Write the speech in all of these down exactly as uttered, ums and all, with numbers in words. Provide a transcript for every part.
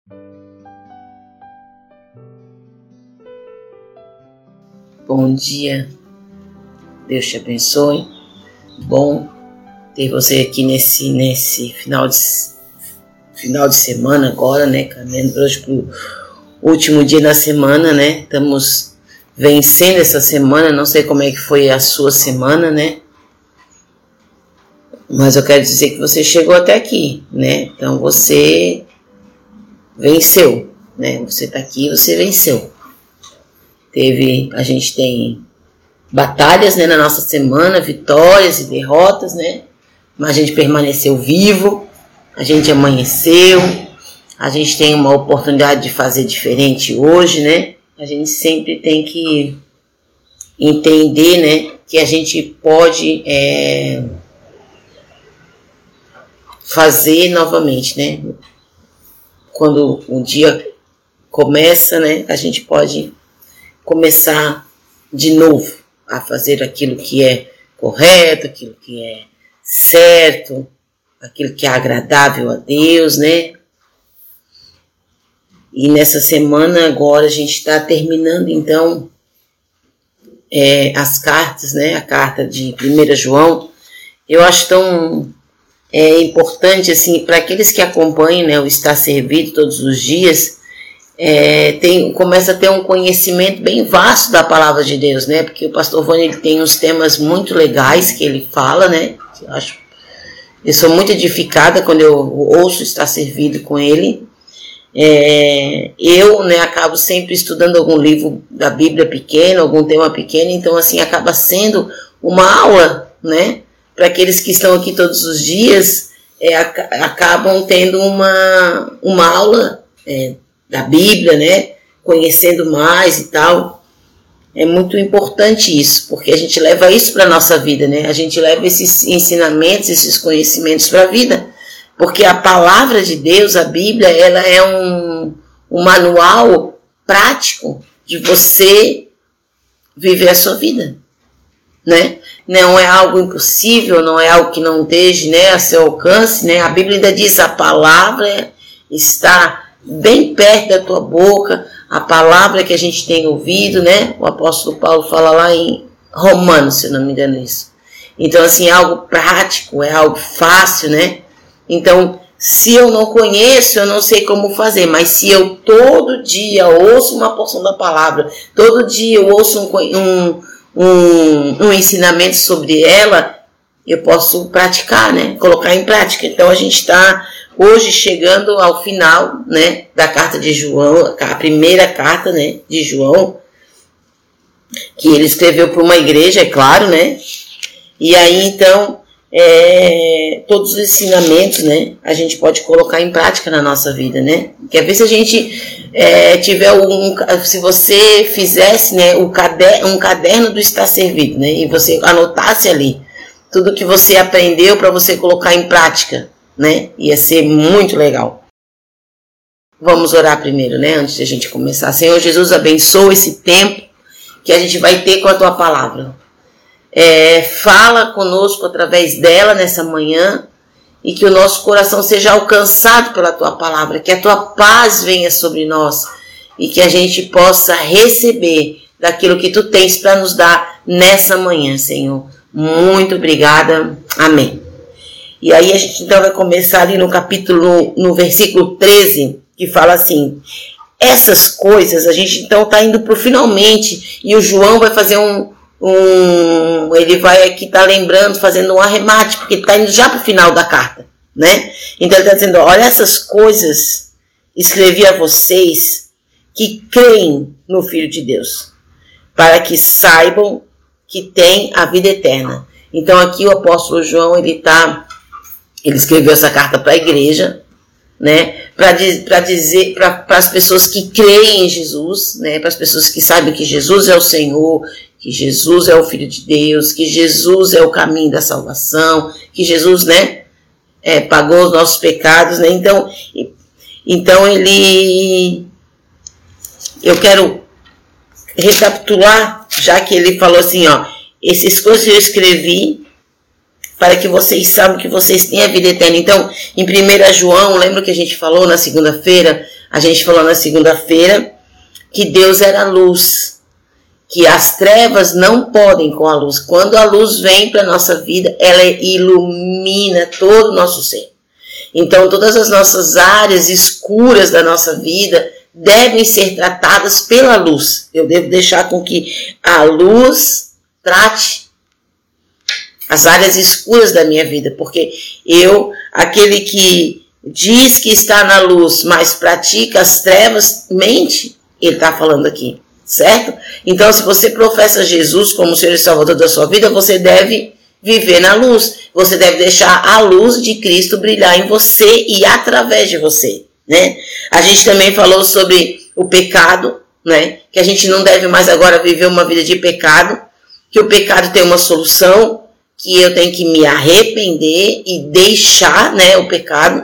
Bom dia, Deus te abençoe. Bom ter você aqui nesse, nesse final, de, final de semana agora, né? Caminhando hoje para o último dia da semana, né? Estamos vencendo essa semana, não sei como é que foi a sua semana, né? Mas eu quero dizer que você chegou até aqui, né? Então você venceu, né? Você está aqui, você venceu. Teve, a gente tem batalhas, né, na nossa semana, vitórias e derrotas, né? Mas a gente permaneceu vivo, a gente amanheceu, a gente tem uma oportunidade de fazer diferente hoje, né? A gente sempre tem que entender, né, que a gente pode é, fazer novamente, né? Quando o dia começa, né, a gente pode começar de novo a fazer aquilo que é correto, aquilo que é certo, aquilo que é agradável a Deus, né? E nessa semana agora a gente está terminando então é, as cartas, né? A carta de primeiro João. Eu acho tão é, importante assim para aqueles que acompanham, né, o Estar Servido todos os dias. É, tem, começa a ter um conhecimento bem vasto da palavra de Deus, né? Porque o pastor Vânia, ele tem uns temas muito legais que ele fala, né? Eu acho, eu sou muito edificada quando eu ouço Estar Servido com ele. É, eu, né, acabo sempre estudando algum livro da Bíblia pequeno, algum tema pequeno, então assim acaba sendo uma aula, né? Para aqueles que estão aqui todos os dias, é, acabam tendo uma, uma aula é, da Bíblia, né? Conhecendo mais e tal. É muito importante isso, porque a gente leva isso para a nossa vida, né? A gente leva esses ensinamentos, esses conhecimentos para a vida, porque a palavra de Deus, a Bíblia, ela é um, um manual prático de você viver a sua vida, né? Não é algo impossível, não é algo que não esteja, né, a seu alcance, né? A Bíblia ainda diz: a palavra está bem perto da tua boca, a palavra que a gente tem ouvido, né? O apóstolo Paulo fala lá em Romanos, se eu não me engano isso. Então, assim, é algo prático, é algo fácil, né? Então, se eu não conheço, eu não sei como fazer, mas se eu todo dia ouço uma porção da palavra, todo dia eu ouço um, um, um, um ensinamento sobre ela, eu posso praticar, né? Colocar em prática. Então, a gente está hoje chegando ao final, né, da carta de João, a primeira carta, né, de João, que ele escreveu para uma igreja, é claro, né? E aí, então, é, todos os ensinamentos, né, a gente pode colocar em prática na nossa vida, né? Quer ver se a gente é, tiver um, se você fizesse, né, um caderno, um caderno do Estar Servido, né, e você anotasse ali tudo que você aprendeu para você colocar em prática, né? Ia ser muito legal. Vamos orar primeiro, né? Antes de a gente começar. Senhor Jesus, abençoa esse tempo que a gente vai ter com a tua palavra. É, fala conosco através dela nessa manhã e que o nosso coração seja alcançado pela tua palavra, que a tua paz venha sobre nós e que a gente possa receber daquilo que tu tens para nos dar nessa manhã, Senhor. Muito obrigada. Amém. E aí a gente então vai começar ali no capítulo, no versículo treze, que fala assim: essas coisas, a gente então está indo para o finalmente, e o João vai fazer um, um ele vai aqui estar tá lembrando, fazendo um arremate, porque está indo já para o final da carta, né? Então ele está dizendo: olha, essas coisas escrevi a vocês que creem no Filho de Deus, para que saibam que tem a vida eterna. Então aqui o apóstolo João, ele está Ele escreveu essa carta para a igreja, né? Para dizer para as pessoas que creem em Jesus, né? Para as pessoas que sabem que Jesus é o Senhor, que Jesus é o Filho de Deus, que Jesus é o caminho da salvação, que Jesus, né, é, pagou os nossos pecados, né? Então, então ele, eu quero recapitular, já que ele falou assim, ó, essas coisas eu escrevi para que vocês saibam que vocês têm a vida eterna. Então, em primeiro João, lembra que a gente falou na segunda-feira, A gente falou na segunda-feira que Deus era luz, que as trevas não podem com a luz. Quando a luz vem para a nossa vida, ela ilumina todo o nosso ser. Então, todas as nossas áreas escuras da nossa vida devem ser tratadas pela luz. Eu devo deixar com que a luz trate as áreas escuras da minha vida, porque eu, aquele que diz que está na luz, mas pratica as trevas, mente, ele está falando aqui, certo? Então, se você professa Jesus como Senhor e Salvador da sua vida, você deve viver na luz, você deve deixar a luz de Cristo brilhar em você e através de você, né? A gente também falou sobre o pecado, né? Que a gente não deve mais agora viver uma vida de pecado, que o pecado tem uma solução, que eu tenho que me arrepender e deixar, né, o pecado.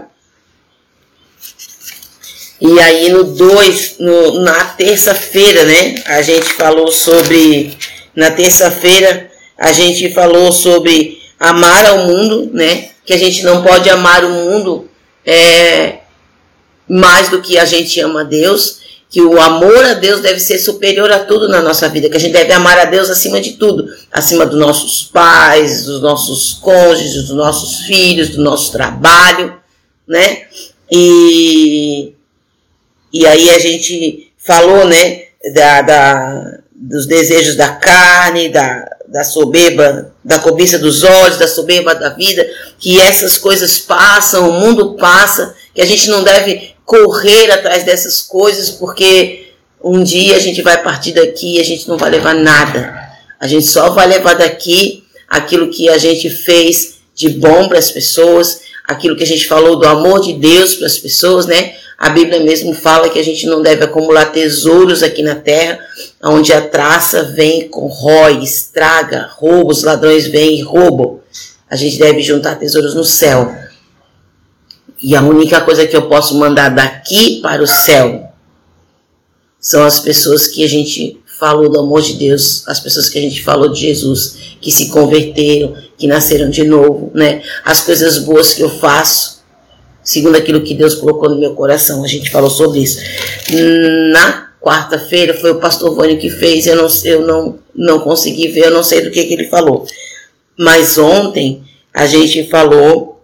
E aí no dois, no, na terça-feira, né, a gente falou sobre, na terça-feira, a gente falou sobre amar ao mundo, né? Que a gente não pode amar o mundo é, mais do que a gente ama a Deus. Que o amor a Deus deve ser superior a tudo na nossa vida. Que a gente deve amar a Deus acima de tudo. Acima dos nossos pais, dos nossos cônjuges, dos nossos filhos, do nosso trabalho, né? E, e aí a gente falou, né? Da... da dos desejos da carne, da, da soberba, da cobiça dos olhos, da soberba da vida, que essas coisas passam, o mundo passa, que a gente não deve correr atrás dessas coisas, porque um dia a gente vai partir daqui e a gente não vai levar nada. A gente só vai levar daqui aquilo que a gente fez de bom para as pessoas, aquilo que a gente falou do amor de Deus para as pessoas, né? A Bíblia mesmo fala que a gente não deve acumular tesouros aqui na terra, onde a traça vem, corrói, estraga, rouba, os ladrões vêm e roubam. A gente deve juntar tesouros no céu. E a única coisa que eu posso mandar daqui para o céu são as pessoas que a gente falou do amor de Deus, as pessoas que a gente falou de Jesus, que se converteram, que nasceram de novo, né? As coisas boas que eu faço, segundo aquilo que Deus colocou no meu coração. A gente falou sobre isso. Na quarta-feira foi o pastor Vânio que fez, eu não, eu não, não consegui ver, eu não sei do que, que ele falou. Mas ontem a gente falou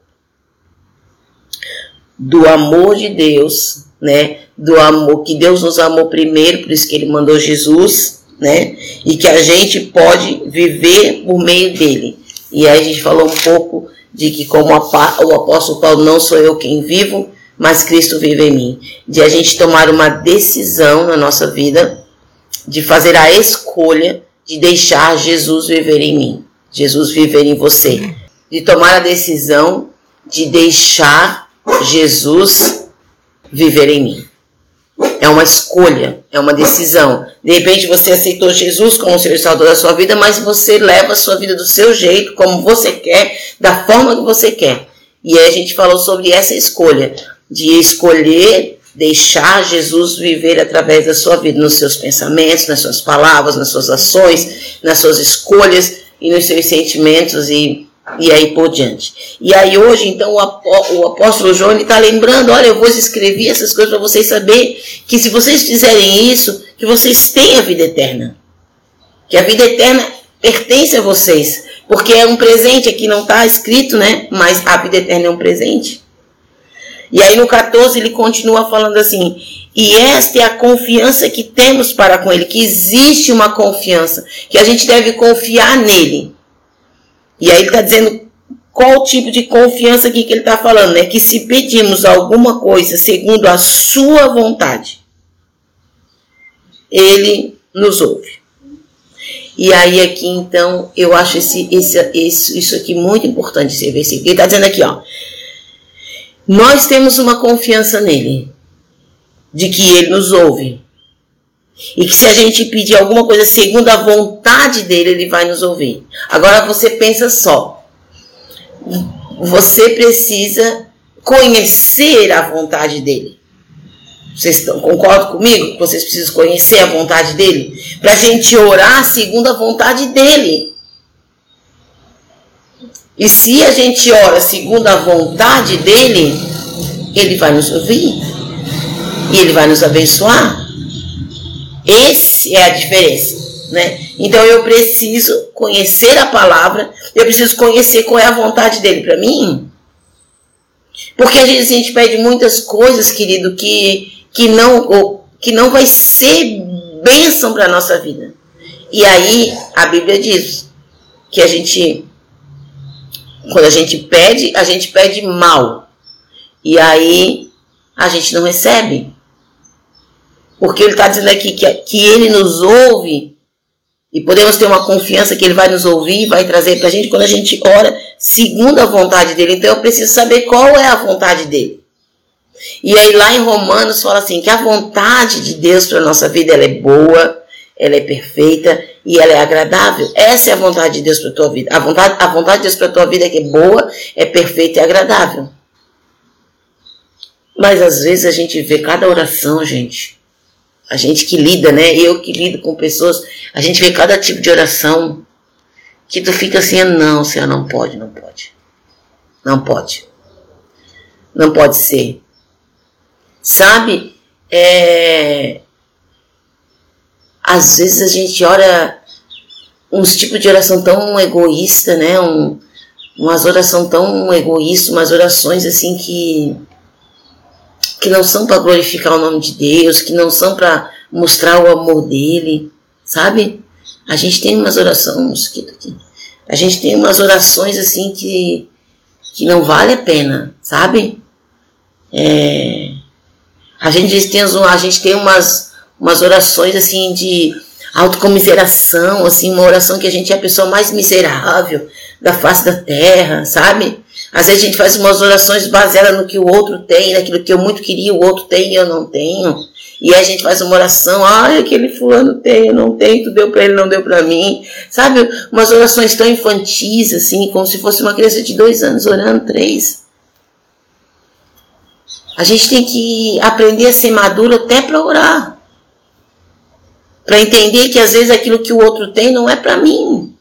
do amor de Deus, né? Do amor, que Deus nos amou primeiro, por isso que ele mandou Jesus, né? E que a gente pode viver por meio dele. E aí a gente falou um pouco de que, como o apóstolo Paulo, não sou eu quem vivo, mas Cristo vive em mim. De a gente tomar uma decisão na nossa vida, de fazer a escolha de deixar Jesus viver em mim, Jesus viver em você. De tomar a decisão de deixar Jesus viver em mim. É uma escolha, é uma decisão. De repente você aceitou Jesus como o Senhor e Salvador da sua vida, mas você leva a sua vida do seu jeito, como você quer, da forma que você quer. E aí a gente falou sobre essa escolha, de escolher deixar Jesus viver através da sua vida, nos seus pensamentos, nas suas palavras, nas suas ações, nas suas escolhas e nos seus sentimentos e... E aí por diante. E aí hoje, então, o apóstolo João está lembrando, olha, eu vos escrevi essas coisas para vocês saberem que se vocês fizerem isso, que vocês têm a vida eterna. Que a vida eterna pertence a vocês. Porque é um presente, aqui não está escrito, né? Mas a vida eterna é um presente. E aí no catorze ele continua falando assim, e esta é a confiança que temos para com ele, que existe uma confiança, que a gente deve confiar nele. E aí ele está dizendo qual tipo de confiança aqui que ele está falando, né? Que se pedimos alguma coisa segundo a sua vontade, ele nos ouve. E aí aqui então, eu acho esse, esse, esse, isso aqui muito importante, esse versículo. Ele está dizendo aqui, ó. Nós temos uma confiança nele, de que ele nos ouve. E que se a gente pedir alguma coisa segundo a vontade dele, ele vai nos ouvir. Agora você pensa só. Você precisa conhecer a vontade dele. Vocês estão, concordam comigo? Vocês precisam conhecer a vontade dele? Para a gente orar segundo a vontade dele. E se a gente ora segundo a vontade dele, ele vai nos ouvir. e Ele vai nos abençoar. Essa é a diferença, né? Então eu preciso conhecer a palavra, eu preciso conhecer qual é a vontade dele para mim. Porque às vezes a gente pede muitas coisas, querido, que, que, não, que não vai ser bênção para a nossa vida. E aí a Bíblia diz que a gente, quando a gente pede, a gente pede mal. E aí a gente não recebe. Porque ele está dizendo aqui que, que ele nos ouve. E podemos ter uma confiança que ele vai nos ouvir, vai trazer para a gente quando a gente ora segundo a vontade dele. Então eu preciso saber qual é a vontade dele. E aí lá em Romanos fala assim, que a vontade de Deus para a nossa vida, ela é boa, ela é perfeita e ela é agradável. Essa é a vontade de Deus para a tua vida. A vontade, a vontade de Deus para a tua vida é que é boa, é perfeita e agradável. Mas às vezes a gente vê cada oração, gente. A gente que lida, né? Eu que lido com pessoas, a gente vê cada tipo de oração que tu fica assim, não, Senhor, não pode, não pode. Não pode. Não pode ser. Sabe? É... Às vezes a gente ora uns tipos de oração tão egoísta, né? Um, umas orações tão egoístas, umas orações assim que... que não são para glorificar o nome de Deus, que não são para mostrar o amor dele, sabe? A gente tem umas orações, um mosquito aqui, a gente tem umas orações assim que, que não vale a pena, sabe? É, a gente tem, a gente tem umas, umas orações assim de autocomiseração, assim, uma oração que a gente é a pessoa mais miserável da face da terra, sabe? Às vezes a gente faz umas orações baseadas no que o outro tem, naquilo que eu muito queria, o outro tem e eu não tenho. E aí a gente faz uma oração, ai, aquele fulano tem, eu não tenho, tu deu para ele, não deu para mim. Sabe, umas orações tão infantis, assim, como se fosse uma criança de dois anos orando, três. A gente tem que aprender a ser maduro até para orar. Para entender que às vezes aquilo que o outro tem não é para mim.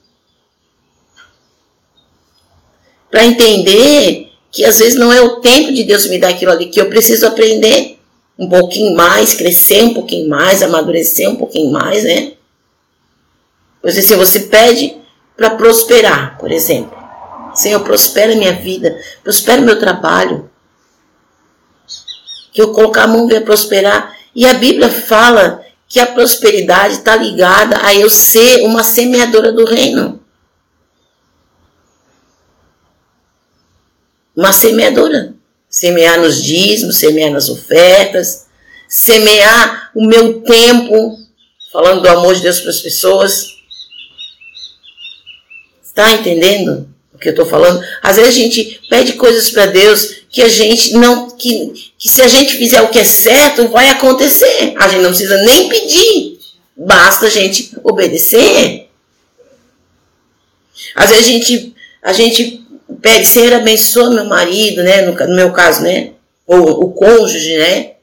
Para entender que às vezes não é o tempo de Deus me dar aquilo ali, que eu preciso aprender um pouquinho mais, crescer um pouquinho mais, amadurecer um pouquinho mais, né? Pois assim, você pede para prosperar, por exemplo. Senhor, prospera minha vida, prospera meu trabalho. Que eu colocar a mão venha prosperar. E a Bíblia fala que a prosperidade está ligada a eu ser uma semeadora do reino. Uma semeadora. Semear nos dízimos, semear nas ofertas, semear o meu tempo, falando do amor de Deus para as pessoas. Está entendendo o que eu estou falando? Às vezes a gente pede coisas para Deus que a gente não, que, que se a gente fizer o que é certo, vai acontecer. A gente não precisa nem pedir, basta a gente obedecer. Às vezes a gente, a gente pede, Senhor, abençoa meu marido, né? No, no meu caso, né? Ou o cônjuge, né?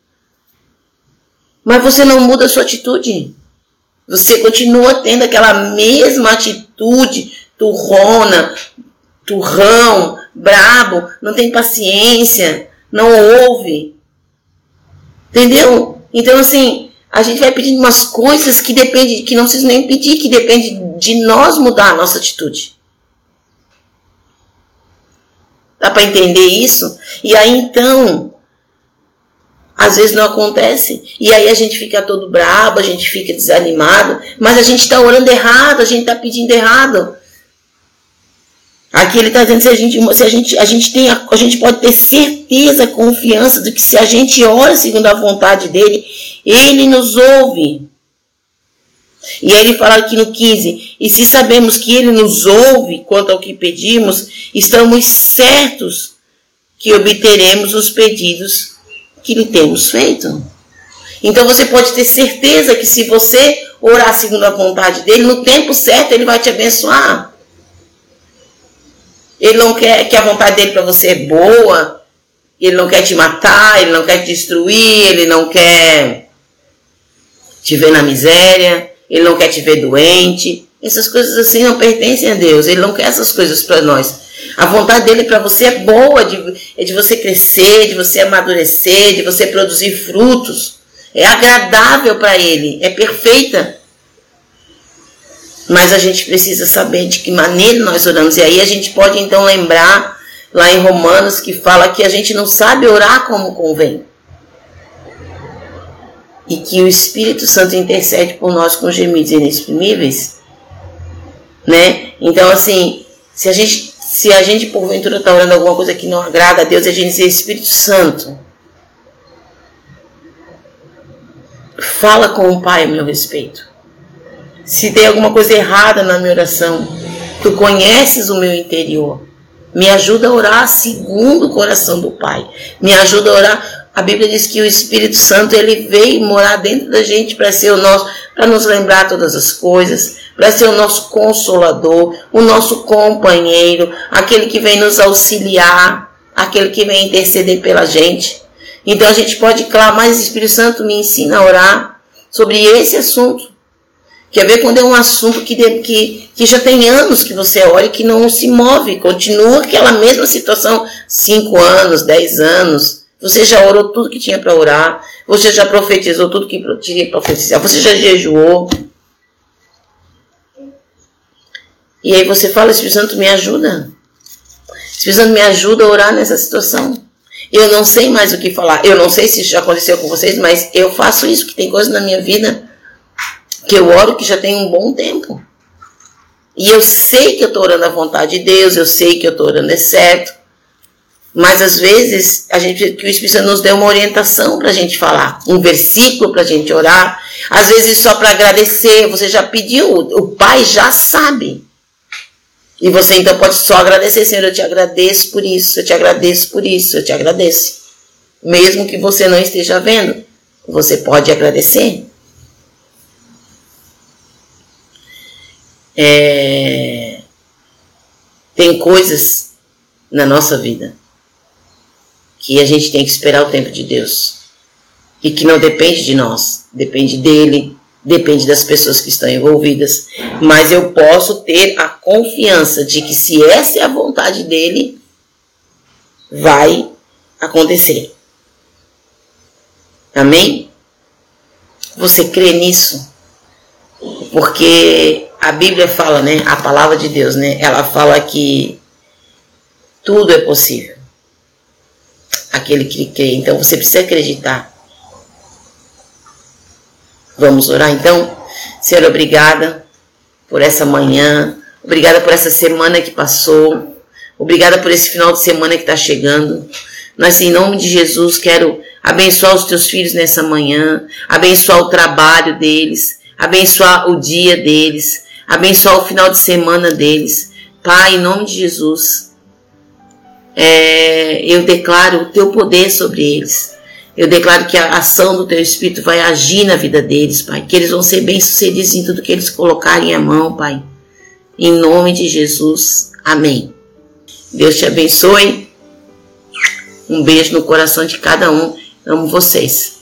Mas você não muda a sua atitude. Você continua tendo aquela mesma atitude turrona, turrão, brabo, não tem paciência, não ouve. Entendeu? Então, assim, a gente vai pedindo umas coisas que depende, que não precisa nem pedir, que depende de nós mudar a nossa atitude. Dá para entender isso? E aí, então, às vezes não acontece. E aí a gente fica todo brabo, a gente fica desanimado, mas a gente está orando errado, a gente está pedindo errado. Aqui ele está dizendo que se a gente, se a gente, a gente, tem, a gente pode ter certeza, confiança de que se a gente ora segundo a vontade dele, ele nos ouve. E aí ele fala aqui no quinze, e se sabemos que ele nos ouve quanto ao que pedimos, estamos certos que obteremos os pedidos que lhe temos feito. Então você pode ter certeza que se você orar segundo a vontade dele, no tempo certo ele vai te abençoar. Ele não quer que a vontade dele para você é boa, ele não quer te matar, ele não quer te destruir, ele não quer te ver na miséria, ele não quer te ver doente. Essas coisas assim não pertencem a Deus. Ele não quer essas coisas para nós. A vontade dele para você é boa, de, é de você crescer, de você amadurecer, de você produzir frutos. É agradável para ele, é perfeita. Mas a gente precisa saber de que maneira nós oramos. E aí a gente pode então lembrar lá em Romanos que fala que a gente não sabe orar como convém. E que o Espírito Santo intercede por nós com gemidos inexprimíveis. Né? Então assim, se a gente, se a gente porventura está orando alguma coisa que não agrada a Deus, a gente diz: Espírito Santo, fala com o Pai a meu respeito. Se tem alguma coisa errada na minha oração, tu conheces o meu interior. Me ajuda a orar segundo o coração do Pai. Me ajuda a orar. A Bíblia diz que o Espírito Santo ele veio morar dentro da gente para ser o nosso, para nos lembrar todas as coisas, para ser o nosso consolador, o nosso companheiro, aquele que vem nos auxiliar, aquele que vem interceder pela gente. Então a gente pode clamar: Espírito Santo, me ensina a orar sobre esse assunto. Quer ver quando é um assunto que, que, que já tem anos que você ora e que não se move, continua aquela mesma situação, cinco anos, dez anos, você já orou tudo que tinha para orar, você já profetizou tudo que tinha para profetizar, você já jejuou. E aí você fala: Espírito Santo, me ajuda. Espírito Santo, me ajuda a orar nessa situação. Eu não sei mais o que falar, eu não sei se isso já aconteceu com vocês, mas eu faço isso, que tem coisas na minha vida que eu oro que já tem um bom tempo. E eu sei que eu estou orando à vontade de Deus, eu sei que eu estou orando é certo. Mas às vezes a gente precisa que o Espírito Santo nos dê uma orientação para a gente falar, um versículo para a gente orar. Às vezes só para agradecer, você já pediu, o Pai já sabe. E você então pode só agradecer: Senhor, eu te agradeço por isso, eu te agradeço por isso, eu te agradeço. Mesmo que você não esteja vendo, você pode agradecer. É... Tem coisas na nossa vida que a gente tem que esperar o tempo de Deus e que não depende de nós, depende dele, depende das pessoas que estão envolvidas, mas eu posso ter a confiança de que se essa é a vontade dele, vai acontecer. Amém? Você crê nisso? Porque a Bíblia fala, né, a palavra de Deus, né, ela fala que tudo é possível. Aquele que crê. Então você precisa acreditar. Vamos orar então? Senhor, obrigada por essa manhã. Obrigada por essa semana que passou. Obrigada por esse final de semana que está chegando. Mas em nome de Jesus quero abençoar os teus filhos nessa manhã. Abençoar o trabalho deles. Abençoar o dia deles. Abençoar o final de semana deles. Pai, em nome de Jesus, é, eu declaro o teu poder sobre eles. Eu declaro que a ação do teu Espírito vai agir na vida deles, Pai. Que eles vão ser bem-sucedidos em tudo que eles colocarem a mão, Pai. Em nome de Jesus. Amém. Deus te abençoe. Um beijo no coração de cada um. Amo vocês.